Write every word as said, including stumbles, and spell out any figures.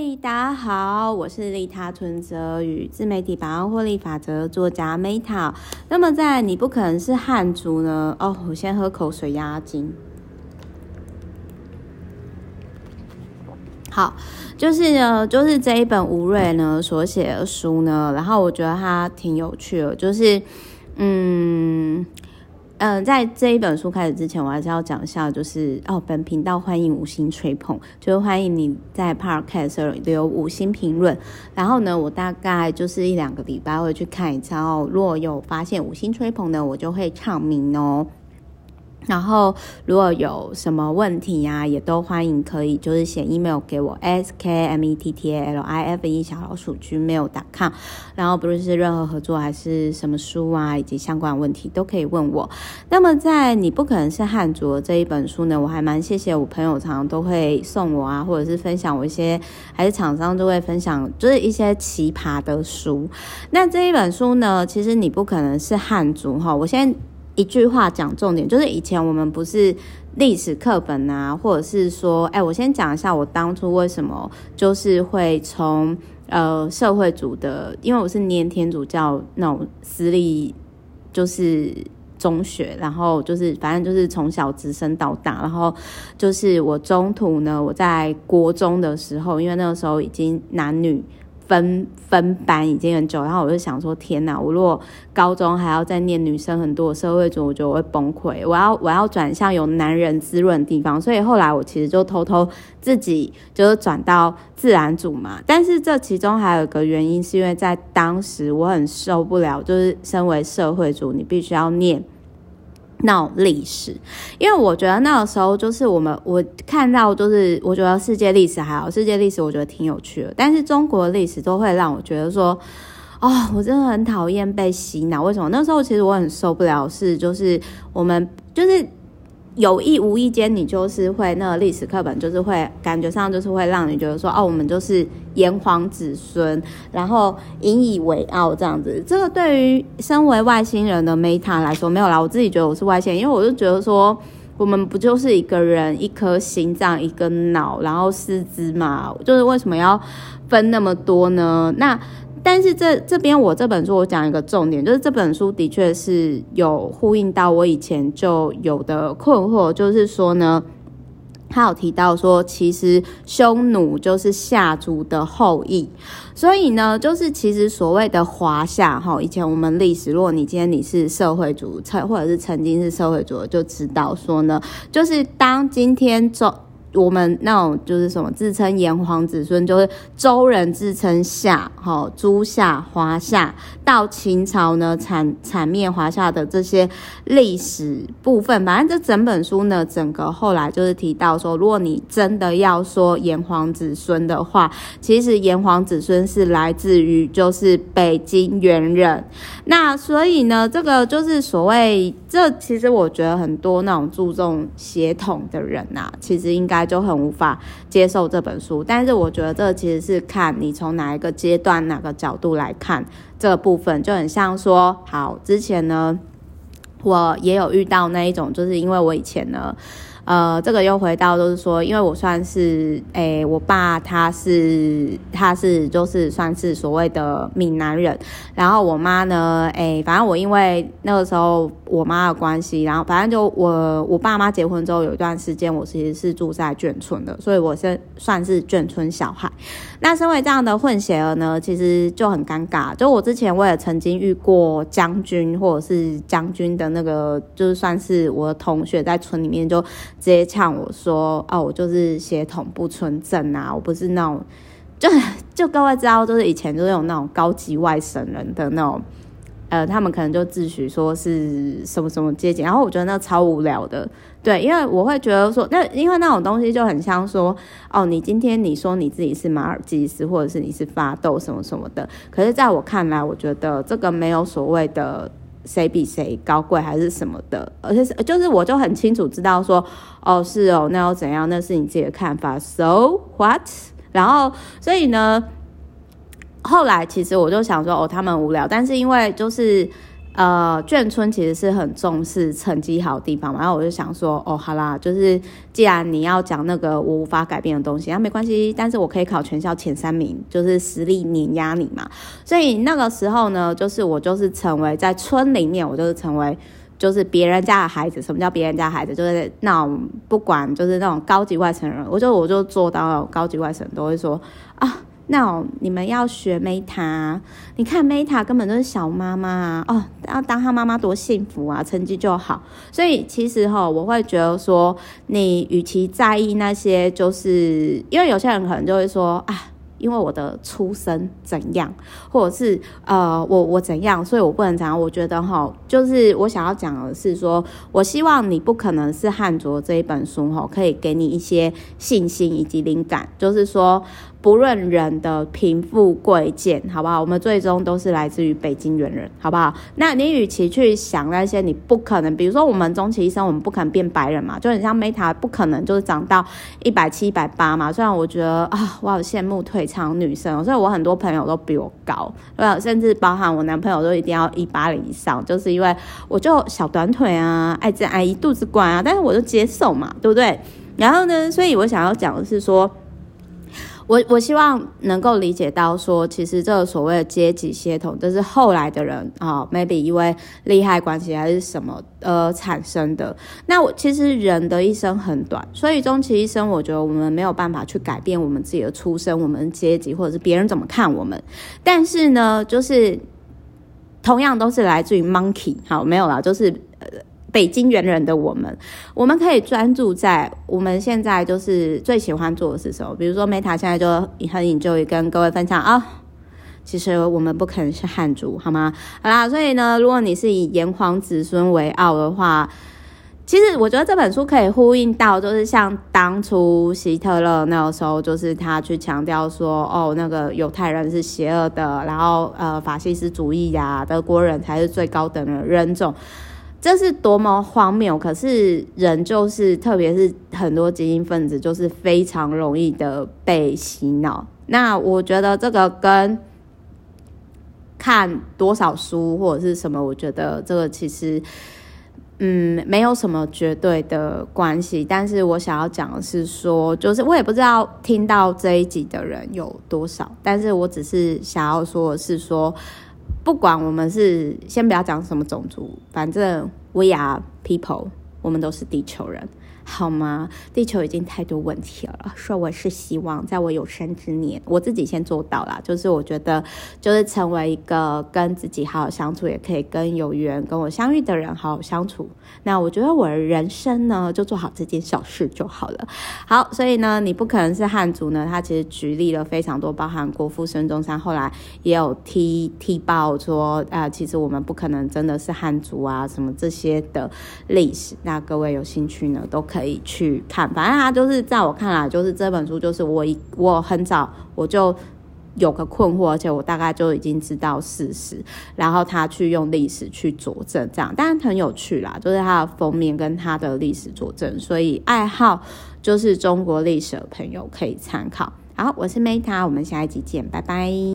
嗨，大家好，我是利他存折与自媒体百万获利法则作家 Meta。那么在你不可能是汉族呢？哦，我先喝口水压惊。好，就是呢，就是这一本吴瑞呢所写的书呢，然后我觉得它挺有趣的，就是嗯。嗯，在这一本书开始之前，我还是要讲一下，就是哦，本频道欢迎五星吹捧，就是欢迎你在 Podcast 留五星评论。然后呢，我大概就是一两个礼拜会去看一次，然后如果有发现五星吹捧的，我就会唱名哦。然后如果有什么问题啊，也都欢迎可以就是写 email 给我 s k m e t t a l i f e 小老鼠 gmail 点 com， 然后不论是任何合作还是什么书啊以及相关的问题都可以问我。那么在你不可能是汉族的这一本书呢，我还蛮谢谢我朋友常常都会送我啊，或者是分享我一些，还是厂商都会分享就是一些奇葩的书。那这一本书呢，其实你不可能是汉族齁，我先一句话讲重点，就是以前我们不是历史课本啊，或者是说，哎，我先讲一下我当初为什么就是会从呃社会组的，因为我是念天主教那种私立，就是中学，然后就是反正就是从小直升到大，然后就是我中途呢，我在国中的时候，因为那个时候已经男女分分班已经很久，然后我就想说，天哪！我如果高中还要再念女生很多的社会组，我觉得我会崩溃。我要我要转向有男人滋润的地方，所以后来我其实就偷偷自己就是转到自然组嘛。但是这其中还有一个原因，是因为在当时我很受不了，就是身为社会组，你必须要念那种历史，因为我觉得那个时候就是我们我看到就是我觉得世界历史还好，世界历史我觉得挺有趣的，但是中国的历史都会让我觉得说，哦，我真的很讨厌被洗脑。为什么？那时候其实我很受不了，是就是我们就是有意无意间，你就是会那个历史课本就是会感觉上就是会让你觉得说，哦，我们就是炎黄子孙，然后引以为傲这样子。这个对于身为外星人的 Meta 来说没有啦，我自己觉得我是外星人，因为我就觉得说，我们不就是一个人一颗心脏一个脑，然后四肢嘛，就是为什么要分那么多呢？那但是这这边我这本书我讲一个重点，就是这本书的确是有呼应到我以前就有的困惑，就是说呢，他有提到说，其实匈奴就是夏族的后裔，所以呢，就是其实所谓的华夏哈，以前我们历史，如果你今天你是社会主义，或者是曾经是社会主义，就知道说呢，就是当今天周我们那种就是什么自称炎黄子孙，就是周人自称夏，齁，朱夏、华夏，到秦朝呢铲铲灭华夏的这些历史部分，反正这整本书呢，整个后来就是提到说，如果你真的要说炎黄子孙的话，其实炎黄子孙是来自于就是北京猿人。那所以呢，这个就是所谓，这其实我觉得很多那种注重血统的人啊，其实应该就很无法接受这本书，但是我觉得这其实是看你从哪一个阶段哪个角度来看这个部分，就很像说，好，之前呢我也有遇到那一种，就是因为我以前呢呃，这个又回到就是说，因为我算是诶，我爸他是他是就是算是所谓的闽南人，然后我妈呢，诶，反正我因为那个时候我妈的关系，然后反正就我我爸妈结婚之后有一段时间，我其实是住在眷村的，所以我是算是眷村小孩。那身为这样的混血儿呢，其实就很尴尬。就我之前我也曾经遇过将军或者是将军的那个，就是算是我的同学在村里面就直接呛我说，哦，我就是血统不纯正啊，我不是那种，就就各位知道，就是以前就是有那种高级外省人的那种，呃，他们可能就自诩说是什么什么阶级，然后我觉得那超无聊的，对，因为我会觉得说，那因为那种东西就很像说，哦，你今天你说你自己是马尔济斯，或者是你是发豆什么什么的，可是在我看来，我觉得这个没有所谓的谁比谁高贵还是什么的，而且是就是我就很清楚知道说，哦，是哦，那又怎样？那是你自己的看法 ，so what？ 然后所以呢，后来其实我就想说，哦，他们无聊，但是因为就是呃，眷村其实是很重视成绩好的地方嘛，然后我就想说，哦，好啦，就是既然你要讲那个我无法改变的东西，那没关系，但是我可以考全校前三名，就是实力碾压你嘛。所以那个时候呢，就是我就是成为在村里面，我就是成为就是别人家的孩子。什么叫别人家的孩子？就是那种不管就是那种高级外省人，我就我就做到那种高级外省人都会说啊。那种你们要学 Meta， 你看 Meta 根本就是小妈妈啊，哦，要当她妈妈多幸福啊，成绩就好。所以其实哈，我会觉得说，你与其在意那些，就是因为有些人可能就会说啊。因为我的出身怎样，或者是呃我我怎样，所以我不能怎样。我觉得齁，就是我想要讲的是说，我希望你不可能是汉卓这一本书齁，可以给你一些信心以及灵感，就是说不论人的贫富贵贱，好不好？我们最终都是来自于北京猿人，好不好？那你与其去想那些你不可能，比如说我们终其一生，我们不可能变白人嘛，就很像 Meta 不可能就是长到一百七、一百八嘛。虽然我觉得啊，我好羡慕退场女生，所以我很多朋友都比我高，甚至包含我男朋友都一定要一八零以上，就是因为我就小短腿啊，爱吃爱一肚子惯啊，但是我就接受嘛，对不对？然后呢，所以我想要讲的是说。我我希望能够理解到说，其实这个所谓的阶级协同，这是后来的人啊、哦、，maybe 因为利害关系还是什么呃产生的。那我其实人的一生很短，所以终其一生，我觉得我们没有办法去改变我们自己的出身、我们的阶级，或者是别人怎么看我们。但是呢，就是同样都是来自于 monkey， 好，没有啦，就是呃。北京猿人的我们，我们可以专注在我们现在就是最喜欢做的是什么？比如说 Meta 现在就很enjoy跟各位分享啊、哦，其实我们不可能是汉族，好吗？好啦，所以呢，如果你是以炎黄子孙为傲的话，其实我觉得这本书可以呼应到，就是像当初希特勒那个时候，就是他去强调说，哦，那个犹太人是邪恶的，然后呃，法西斯主义呀、啊，德国人才是最高等的人种。这是多么荒谬！可是人就是，特别是很多精英分子，就是非常容易的被洗脑。那我觉得这个跟看多少书或者是什么，我觉得这个其实嗯没有什么绝对的关系。但是我想要讲的是说，就是我也不知道听到这一集的人有多少，但是我只是想要说的是说。不管我们是先不要讲什么种族，反正 we are people， 我们都是地球人，好吗？地球已经太多问题了，所以我是希望在我有生之年，我自己先做到啦。就是我觉得，就是成为一个跟自己好好相处，也可以跟有缘跟我相遇的人好好相处。那我觉得我的人生呢，就做好这件小事就好了。好，所以呢，你不可能是汉族呢，他其实举例了非常多，包含国父孙中山后来也有踢踢爆说，呃，其实我们不可能真的是汉族啊，什么这些的历史。那各位有兴趣呢，都可以去看。反正他就是在我看来，就是这本书，就是我一我很早我就。有个困惑，而且我大概就已经知道事实，然后他去用历史去佐证，这样当然很有趣啦，就是他的封面跟他的历史佐证，所以爱好就是中国历史的朋友可以参考。好，我是 Meta， 我们下一集见，拜拜。